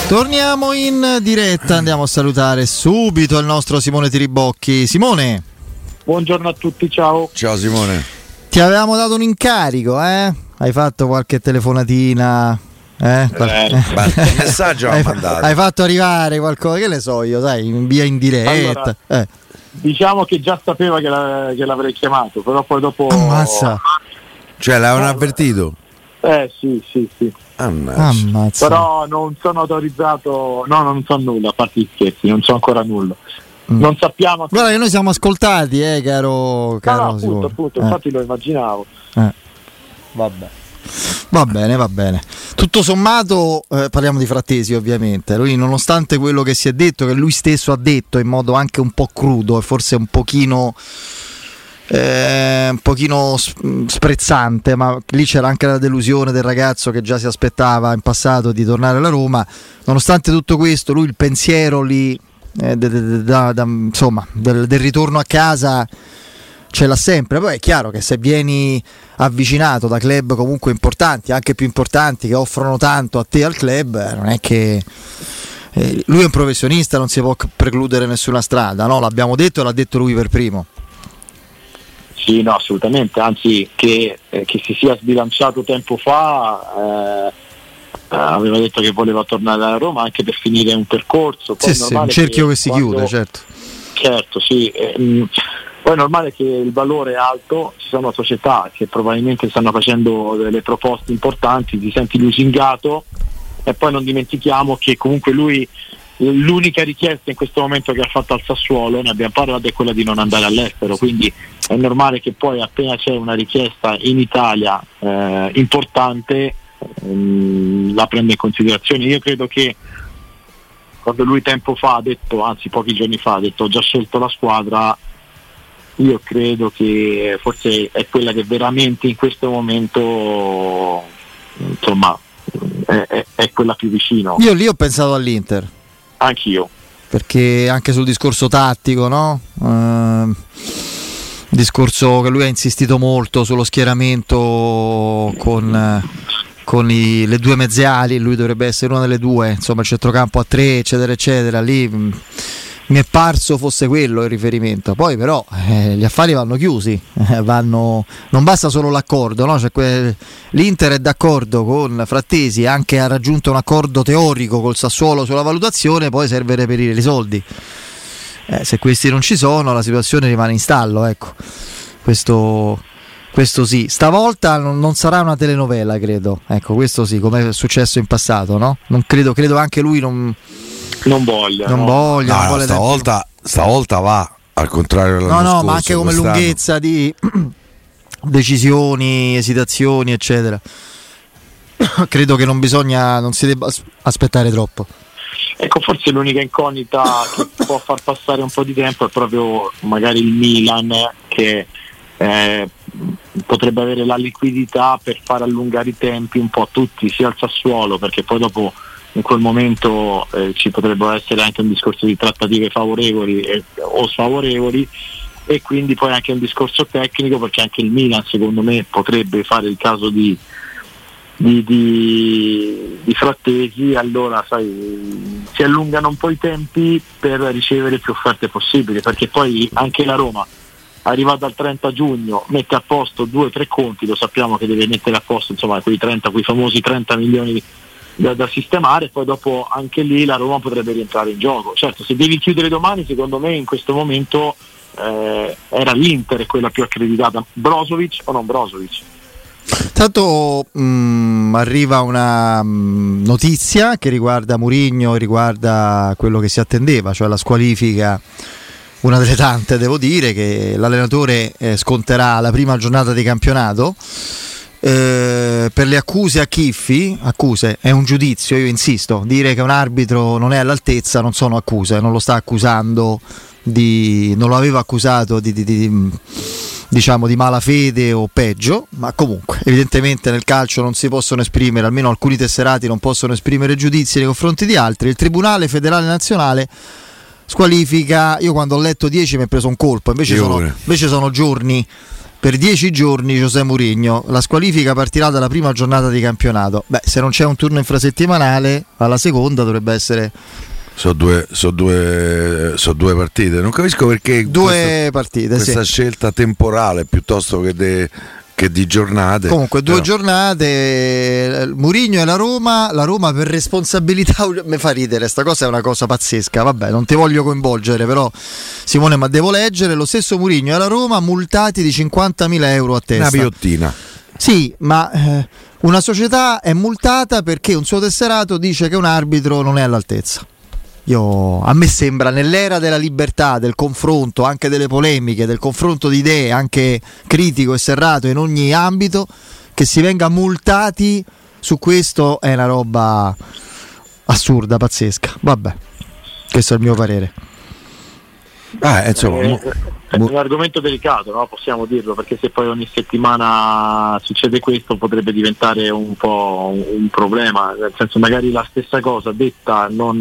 Torniamo in diretta, andiamo a salutare subito il nostro Simone Tiribocchi. Simone. Buongiorno a tutti, ciao. Ciao Simone. Ti avevamo dato un incarico, eh? Hai fatto qualche telefonatina? Qualche messaggio ha mandato. Hai fatto arrivare qualcosa, che ne so io, sai, in via in diretta. Allora, diciamo che già sapeva che l'avrei chiamato, però poi dopo... Ammazza. Cioè l'avevano avvertito? Sì. Ammazza. Però non sono autorizzato, no, non so nulla, a parte gli scherzi, non so ancora nulla. Non sappiamo. Guarda che noi siamo ascoltati, caro appunto, infatti lo immaginavo. Vabbè. Va bene. Tutto sommato parliamo di Frattesi, ovviamente. Lui, nonostante quello che si è detto, che lui stesso ha detto in modo anche un po' crudo e forse un pochino sprezzante, ma lì c'era anche la delusione del ragazzo che già si aspettava in passato di tornare alla Roma. Nonostante tutto questo, lui il pensiero lì del ritorno a casa ce l'ha sempre. Poi è chiaro che se vieni avvicinato da club comunque importanti, anche più importanti, che offrono tanto a te al club, non è che lui è un professionista, non si può precludere nessuna strada, no? L'abbiamo detto e l'ha detto lui per primo. Sì, no, assolutamente, anzi che si sia sbilanciato tempo fa, aveva detto che voleva tornare a Roma anche per finire un percorso. Poi sì, un cerchio che si chiude, certo. Certo, sì. Poi è normale che il valore è alto, ci sono società che probabilmente stanno facendo delle proposte importanti, ti senti lusingato, e poi non dimentichiamo che comunque lui, l'unica richiesta in questo momento che ha fatto al Sassuolo, ne abbiamo parlato, è quella di non andare all'estero, quindi è normale che poi appena c'è una richiesta in Italia importante la prende in considerazione. Io credo che quando lui tempo fa ha detto, anzi pochi giorni fa ha detto ho già scelto la squadra, io credo che forse è quella che veramente in questo momento insomma è quella più vicino. Io lì ho pensato all'Inter. Anch'io. Perché anche sul discorso tattico, no? Discorso che lui ha insistito molto sullo schieramento con le due mezze ali, lui dovrebbe essere una delle due, insomma il centrocampo a 3 eccetera eccetera, lì mi è parso fosse quello il riferimento. Poi però gli affari vanno chiusi, non basta solo l'accordo, no? L'Inter è d'accordo con Frattesi, anche ha raggiunto un accordo teorico col Sassuolo sulla valutazione, poi serve reperire i soldi. Se questi non ci sono, la situazione rimane in stallo, ecco. Questo sì, stavolta non sarà una telenovela, credo. Ecco, questo sì, come è successo in passato, no? Non credo anche lui non voglia. No, stavolta va al contrario dell'anno scorso, ma anche come quest'anno. Lunghezza di decisioni, esitazioni, eccetera. Credo che non si debba aspettare troppo. Ecco, forse l'unica incognita che può far passare un po' di tempo è proprio magari il Milan, che potrebbe avere la liquidità per far allungare i tempi un po' a tutti, sia al Sassuolo, perché poi dopo in quel momento ci potrebbero essere anche un discorso di trattative favorevoli o sfavorevoli, e quindi poi anche un discorso tecnico, perché anche il Milan secondo me potrebbe fare il caso di Frattesi. Allora sai, si allungano un po' i tempi per ricevere più offerte possibili, perché poi anche la Roma, arrivata al 30 giugno, mette a posto 2 o 3 conti, lo sappiamo che deve mettere a posto, insomma, quei famosi 30 milioni da sistemare, poi dopo anche lì la Roma potrebbe rientrare in gioco. Certo, se devi chiudere domani, secondo me in questo momento era l'Inter quella più accreditata, Brozovic o non Brozovic. Tanto arriva una notizia che riguarda Mourinho e riguarda quello che si attendeva, cioè la squalifica, una delle tante devo dire, che l'allenatore sconterà la prima giornata di campionato. Per le accuse a Chiffi, accuse è un giudizio, io insisto, dire che un arbitro non è all'altezza non sono accuse, non lo sta accusando non lo aveva accusato di malafede o peggio, ma comunque evidentemente nel calcio non si possono esprimere, almeno alcuni tesserati non possono esprimere giudizi nei confronti di altri. Il Tribunale Federale Nazionale squalifica, io quando ho letto 10 mi è preso un colpo, invece sono giorni per 10 giorni José Mourinho, la squalifica partirà dalla prima giornata di campionato. Beh, se non c'è un turno infrasettimanale, alla seconda dovrebbe essere... Sono due partite, non capisco perché questa scelta temporale piuttosto che di giornate. Comunque due giornate, Mourinho e la Roma per responsabilità, mi fa ridere, sta cosa è una cosa pazzesca, vabbè non ti voglio coinvolgere però Simone, ma devo leggere, lo stesso Mourinho e la Roma multati di 50.000 euro a testa. Una piottina. Sì, ma una società è multata perché un suo tesserato dice che un arbitro non è all'altezza. A me sembra, nell'era della libertà, del confronto, anche delle polemiche, del confronto di idee, anche critico e serrato in ogni ambito, che si venga multati su questo è una roba assurda, pazzesca. Vabbè, questo è il mio parere. Insomma, è un argomento delicato, no? Possiamo dirlo, perché se poi ogni settimana succede questo potrebbe diventare un po' un problema, nel senso magari la stessa cosa detta non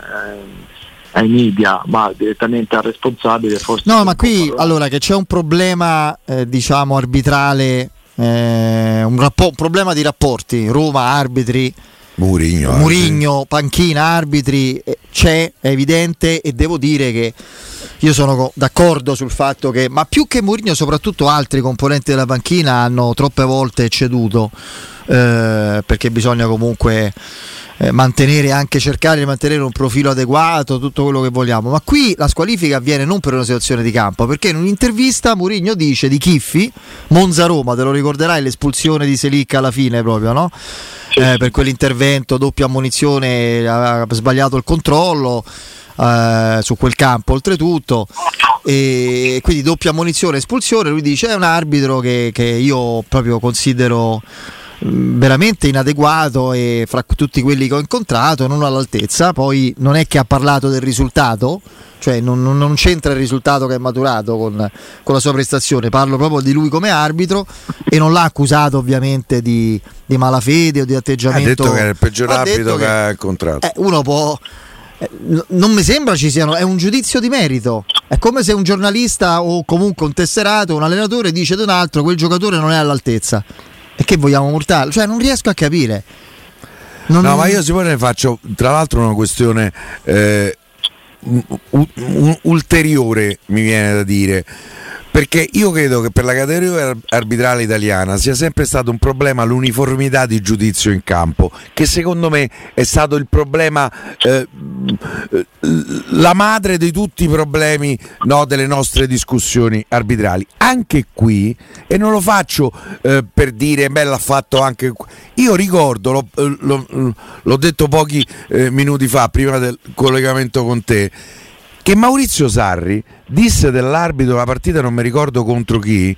ai media ma direttamente al responsabile forse. No, ma qui allora che c'è un problema diciamo arbitrale, un problema di rapporti, Roma arbitri, Mourinho panchina arbitri, c'è, è evidente, e devo dire che io sono d'accordo sul fatto che, ma più che Mourinho soprattutto altri componenti della panchina hanno troppe volte ceduto, perché bisogna comunque cercare di mantenere un profilo adeguato, tutto quello che vogliamo, ma qui la squalifica avviene non per una situazione di campo, perché in un'intervista Mourinho dice di Chiffi, Monza-Roma, te lo ricorderai, l'espulsione di Selic alla fine proprio, no? Per quell'intervento, doppia ammonizione, ha sbagliato il controllo su quel campo oltretutto, e quindi doppia ammonizione, espulsione. Lui dice è un arbitro che io proprio considero veramente inadeguato, e fra tutti quelli che ho incontrato non all'altezza. Poi non è che ha parlato del risultato, cioè non c'entra il risultato che è maturato con la sua prestazione, parlo proprio di lui come arbitro, e non l'ha accusato ovviamente di malafede o di atteggiamento. Ha detto che è il peggior arbitro che ha incontrato. Uno può, non mi sembra ci siano, è un giudizio di merito, è come se un giornalista o comunque un tesserato, un allenatore dice di un altro quel giocatore non è all'altezza, e che vogliamo mortarlo? Cioè non riesco a capire. Ma io Simone ne faccio tra l'altro una questione ulteriore, mi viene da dire, perché io credo che per la categoria arbitrale italiana sia sempre stato un problema l'uniformità di giudizio in campo, che secondo me è stato il problema, la madre di tutti i problemi, no, delle nostre discussioni arbitrali. Anche qui, e non lo faccio per dire beh l'ha fatto anche io ricordo, l'ho detto pochi minuti fa prima del collegamento con te, che Maurizio Sarri disse dell'arbitro una partita, non mi ricordo contro chi,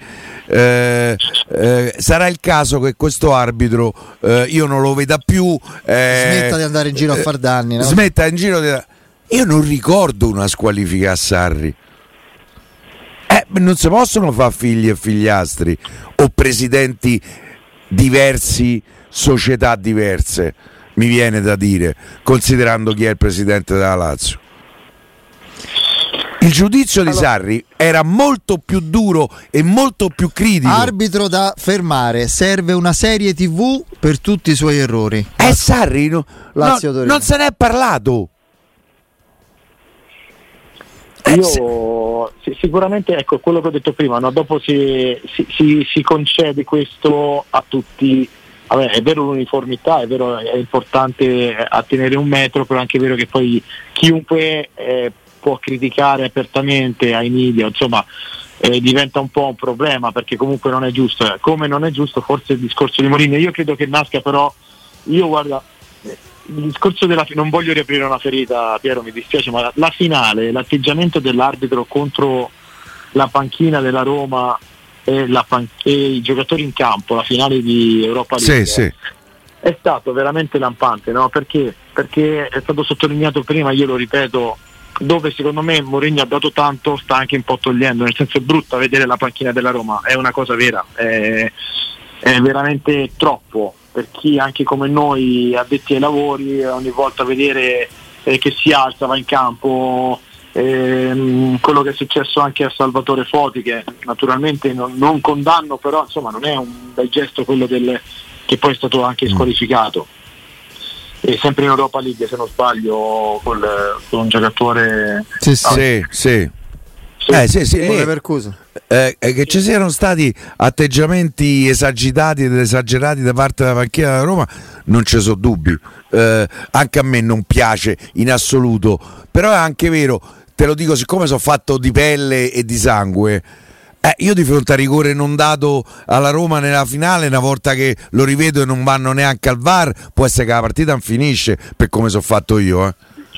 sarà il caso che questo arbitro io non lo veda più, smetta di andare in giro a far danni, no? Smetta in giro io non ricordo una squalifica a Sarri. Non si possono fare figli e figliastri o presidenti diversi, società diverse, mi viene da dire, considerando chi è il presidente della Lazio. Il giudizio di Sarri era molto più duro e molto più critico. Arbitro da fermare, serve una serie TV per tutti i suoi errori. Sarri non se ne è parlato. Io sicuramente, ecco quello che ho detto prima, no? Dopo si concede questo a tutti. Vabbè, è vero l'uniformità, è vero, è importante a tenere un metro, però è anche vero che poi chiunque può criticare apertamente ai media, insomma diventa un po' un problema, perché comunque non è giusto, come non è giusto forse il discorso di Mourinho. Io credo che nasca, però io guarda, il discorso non voglio riaprire una ferita, Piero, mi dispiace, ma la finale, l'atteggiamento dell'arbitro contro la panchina della Roma e i giocatori in campo, la finale di Europa League, sì. È stato veramente lampante, no? Perché è stato sottolineato prima, io lo ripeto, dove secondo me Mourinho ha dato tanto, sta anche un po' togliendo, nel senso è brutta vedere la panchina della Roma, è una cosa vera, è veramente troppo per chi anche come noi addetti ai lavori, ogni volta vedere che si alza, va in campo, quello che è successo anche a Salvatore Foti, che naturalmente non condanno, però insomma non è un bel gesto quello che poi è stato anche squalificato, e sempre in Europa League se non sbaglio con un giocatore sì. Che ci siano stati atteggiamenti esagerati da parte della panchina della Roma non ci sono dubbi, anche a me non piace in assoluto, però è anche vero, te lo dico, siccome sono fatto di pelle e di sangue, io di fronte a rigore non dato alla Roma nella finale, una volta che lo rivedo e non vanno neanche al VAR, può essere che la partita non finisce, per come sono fatto io,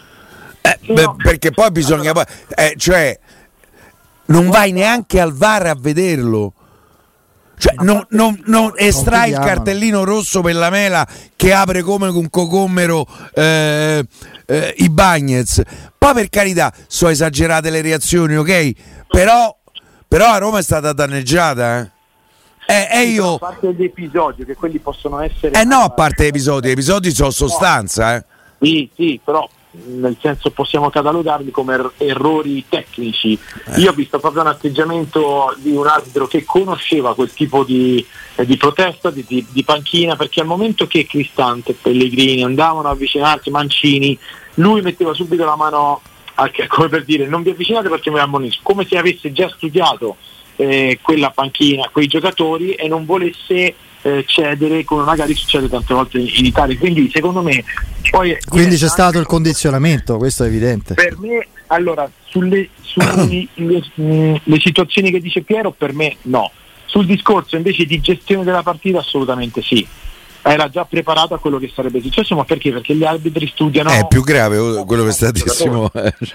perché poi bisogna cioè non vai neanche al VAR a vederlo, cioè non estrai il cartellino rosso per la Mela che apre come un cocommero i Bagnez. Poi per carità sono esagerate le reazioni, ok, però a Roma è stata danneggiata, io a parte gli episodi, che quelli possono essere a parte gli episodi sono sostanza, sì, però nel senso possiamo catalogarli come errori tecnici. Io ho visto proprio un atteggiamento di un arbitro che conosceva quel tipo di protesta, di panchina, perché al momento che Cristante e Pellegrini andavano a avvicinarsi, Mancini, lui metteva subito la mano come per dire non vi avvicinate perché mi ammonisco, come se avesse già studiato quella panchina, quei giocatori, e non volesse cedere, come magari succede tante volte in Italia. Quindi secondo me quindi c'è stato il condizionamento, questo è evidente. Per me, allora, sulle le situazioni che dice Piero, per me no. Sul discorso invece di gestione della partita, assolutamente sì. Era già preparato a quello che sarebbe successo, ma perché? Perché gli arbitri studiano. È più grave quello che sta dicendo.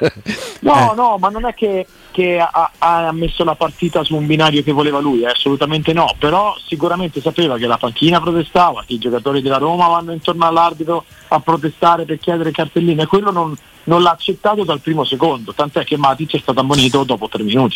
No, ma non è che ha messo la partita su un binario che voleva lui, assolutamente no. Però sicuramente sapeva che la panchina protestava, che i giocatori della Roma vanno intorno all'arbitro a protestare per chiedere cartellino, e quello non l'ha accettato dal primo secondo, tant'è che Matic è stato ammonito dopo 3 minuti.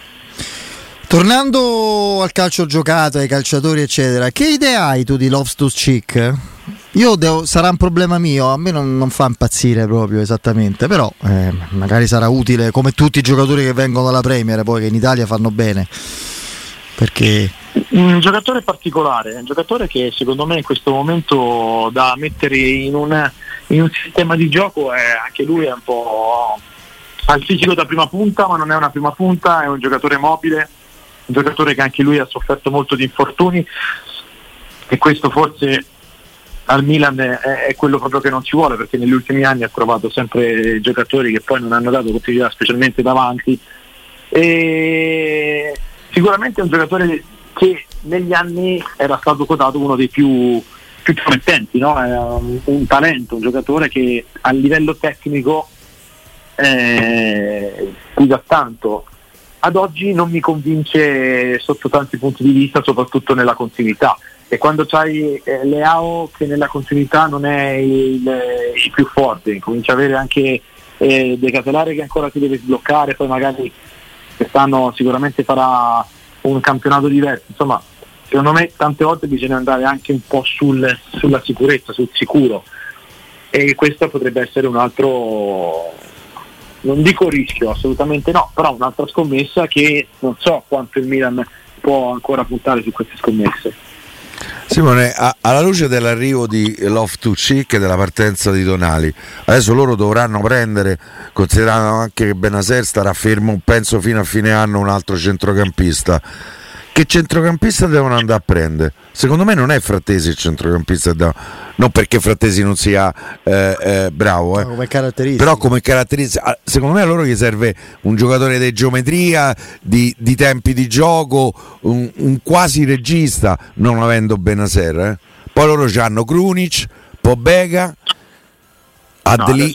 Tornando al calcio giocato, ai calciatori eccetera, che idea hai tu di Loftus-Cheek? Sarà un problema mio, a me non fa impazzire proprio esattamente, però magari sarà utile come tutti i giocatori che vengono dalla Premier, poi che in Italia fanno bene, perché un giocatore particolare, un giocatore che secondo me in questo momento da mettere in un sistema di gioco, anche lui è un po' al fisico da prima punta, ma non è una prima punta, è un giocatore mobile, un giocatore che anche lui ha sofferto molto di infortuni, e questo forse al Milan è quello proprio che non ci vuole, perché negli ultimi anni ha trovato sempre giocatori che poi non hanno dato continuità, specialmente davanti, e sicuramente è un giocatore che negli anni era stato quotato uno dei più promettenti, no? È un talento, un giocatore che a livello tecnico scusa tanto. Ad oggi non mi convince sotto tanti punti di vista, soprattutto nella continuità, e quando c'hai Leao che nella continuità non è il più forte, comincia a avere anche De Catelare che ancora si deve sbloccare, poi magari quest'anno sicuramente farà un campionato diverso, insomma secondo me tante volte bisogna andare anche un po' sulla sicurezza, sul sicuro, e questo potrebbe essere un altro, non dico rischio, assolutamente no, però un'altra scommessa che non so quanto il Milan può ancora puntare su queste scommesse. Simone, alla luce dell'arrivo di Loftus-Cheek e della partenza di Tonali, adesso loro dovranno prendere, considerando anche che Bennacer starà fermo penso fino a fine anno, un altro centrocampista. Che centrocampista devono andare a prendere? Secondo me non è Frattesi il centrocampista, non perché Frattesi non sia bravo, come caratteristica. Però come caratteristica, secondo me a loro gli serve un giocatore di geometria, di tempi di gioco, un quasi regista, non avendo Bennacer. Poi loro hanno Krunic, Pobega, Adli.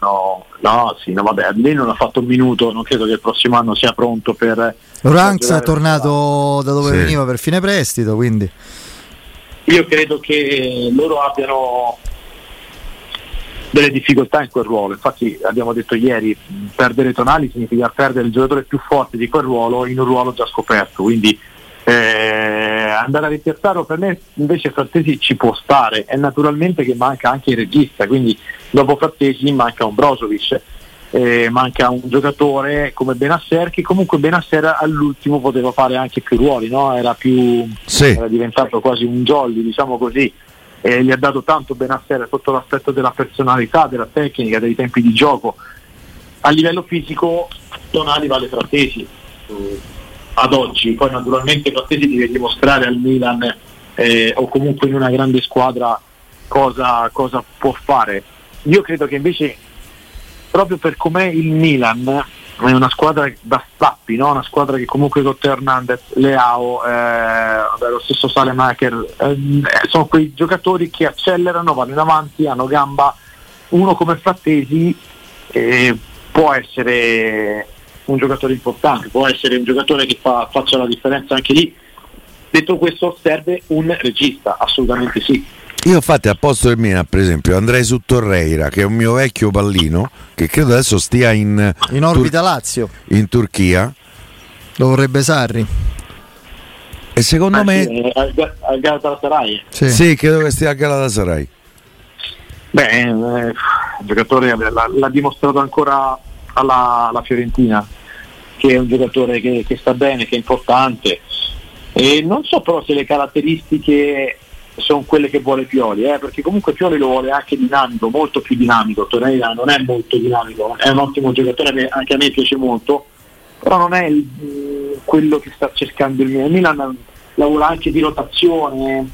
Adli non ha fatto un minuto, non credo che il prossimo anno sia pronto per. Ranks è tornato da dove veniva per fine prestito, quindi io credo che loro abbiano delle difficoltà in quel ruolo. Infatti abbiamo detto ieri, perdere Tonali significa perdere il giocatore più forte di quel ruolo in un ruolo già scoperto, quindi andare a ripiazzarlo per me invece Frattesi ci può stare, e naturalmente che manca anche il regista, quindi dopo Frattesi manca un Brozovic, manca un giocatore come Benasser, che comunque Benasser all'ultimo poteva fare anche più ruoli, no? Era diventato quasi un jolly, diciamo così, e gli ha dato tanto Benasser sotto l'aspetto della personalità, della tecnica, dei tempi di gioco. A livello fisico Tonali vale Frattesi ad oggi, poi naturalmente Frattesi deve dimostrare al Milan o comunque in una grande squadra cosa può fare. Io credo che invece, proprio per com'è il Milan, è una squadra da stappi, no? Una squadra che comunque con Teo Hernandez, Leao, lo stesso Salemaker, sono quei giocatori che accelerano, vanno in avanti, hanno gamba. Uno come Frattesi può essere un giocatore importante, può essere un giocatore che faccia la differenza anche lì. Detto questo, serve un regista, assolutamente sì. Io infatti al posto del Milan, per esempio, andrei su Torreira, che è un mio vecchio pallino, che credo adesso stia in orbita Lazio, in Turchia. Lo vorrebbe Sarri. E secondo me al Galatasaray. Sì, credo che stia al Galatasaray. Il giocatore l'ha dimostrato ancora alla Fiorentina, che è un giocatore che sta bene, che è importante. E non so però se le caratteristiche sono quelle che vuole Pioli, perché comunque Pioli lo vuole anche dinamico, molto più dinamico. Torreira non è molto dinamico, è un ottimo giocatore, anche a me piace molto, però non è quello che sta cercando il Milan. Il Milan lavora anche di rotazione,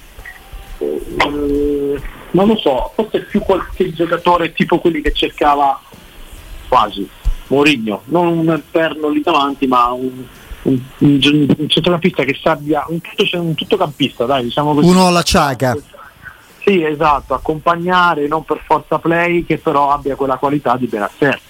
non lo so, forse è più qualche giocatore tipo quelli che cercava quasi Mourinho, non un perno lì davanti, ma un centrocampista che sappia, un tuttocampista, dai, diciamo così. Uno alla Ciaga. Sì, esatto, accompagnare, non per forza play, che però abbia quella qualità di Benasser.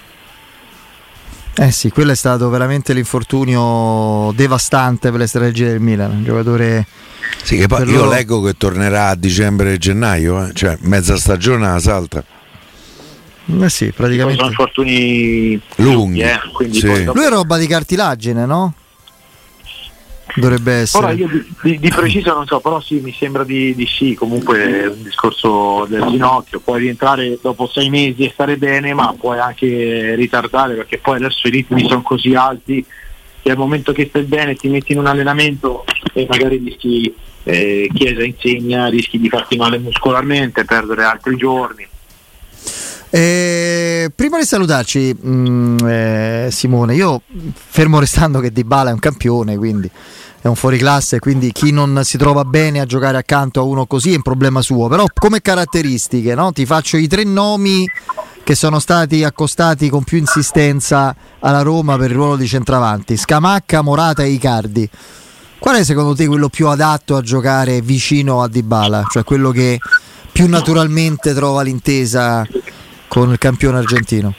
Sì, quello è stato veramente l'infortunio devastante per le strategie del Milan, un giocatore. Sì, che poi io leggo che tornerà a dicembre e gennaio, cioè mezza stagione la salta. Sì, praticamente. Sono infortuni lunghi, quindi sì. Lui è roba di cartilagine, no? Dovrebbe essere. Ora io di preciso non so, però sì, mi sembra di sì. Comunque è un discorso del ginocchio, puoi rientrare dopo 6 mesi e stare bene, ma puoi anche ritardare, perché poi adesso i ritmi sono così alti che al momento che stai bene ti metti in un allenamento e magari rischi, Chiesa insegna, rischi di farti male muscolarmente, perdere altri giorni. Prima di salutarci, Simone, io fermo restando che Dybala è un campione, quindi è un fuoriclasse, quindi chi non si trova bene a giocare accanto a uno così è un problema suo, però come caratteristiche, no? Ti faccio i 3 nomi che sono stati accostati con più insistenza alla Roma per il ruolo di centravanti: Scamacca, Morata e Icardi. Qual è secondo te quello più adatto a giocare vicino a Dybala, cioè quello che più naturalmente trova l'intesa con il campione argentino?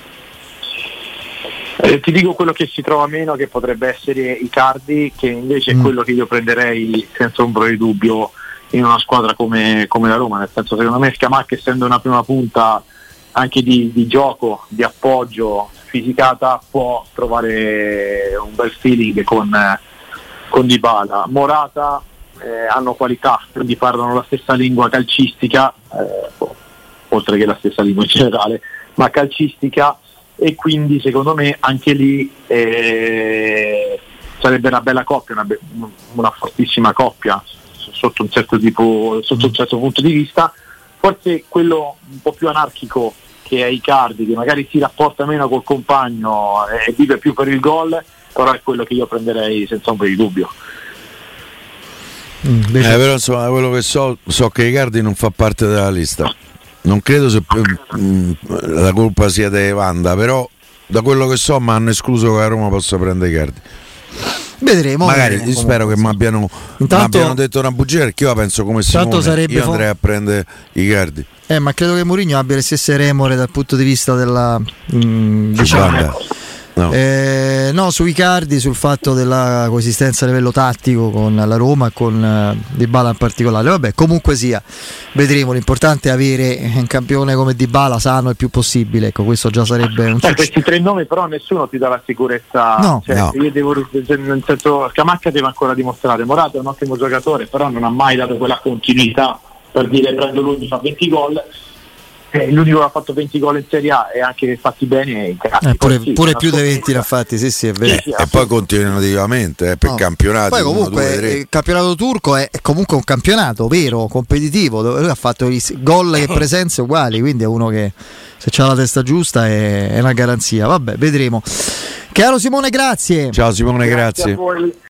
Ti dico quello che si trova meno, che potrebbe essere Icardi, che invece è quello che io prenderei senza ombra di dubbio in una squadra come la Roma, nel senso, secondo me Scamacca, essendo una prima punta anche di gioco, di appoggio, fisicata, può trovare un bel feeling con Dybala. Morata hanno qualità, quindi parlano la stessa lingua calcistica, oltre che la stessa lingua in generale, ma calcistica, e quindi secondo me anche lì sarebbe una bella coppia, una fortissima coppia sotto un certo punto di vista. Forse quello un po' più anarchico, che è Icardi, che magari si rapporta meno col compagno e vive più per il gol, però è quello che io prenderei senza ombra di dubbio. Però insomma, quello che so che Icardi non fa parte della lista. Non credo se la colpa sia di Vanda, però da quello che so mi hanno escluso che la Roma possa prendere Icardi. Vedremo. Magari spero che mi abbiano detto una bugia, perché io la penso come Simone. Io andrei a prendere Icardi. Ma credo che Mourinho abbia le stesse remore dal punto di vista della diciamo. No, su Icardi, sul fatto della coesistenza a livello tattico con la Roma e con Dybala in particolare. Vabbè, comunque sia, vedremo. L'importante è avere un campione come Dybala sano il più possibile. Ecco, questo già sarebbe un successo. Questi 3 nomi però nessuno ti dà la sicurezza. No. Io devo, nel senso, Scamacca deve ancora dimostrare. Morata è un ottimo giocatore, però non ha mai dato quella continuità per dire prendo lui, mi fa 20 gol. l'unico che ha fatto 20 gol in Serie A e anche fatti bene pure più dei 20 ne ha fatti, sì, è vero. E poi continuativamente per campionati. Poi comunque il campionato turco è comunque un campionato vero, competitivo, dove lui ha fatto i gol e presenze uguali, quindi è uno che se c'ha la testa giusta è una garanzia. Vabbè, vedremo. Caro Simone, grazie. Ciao Simone, grazie. A voi.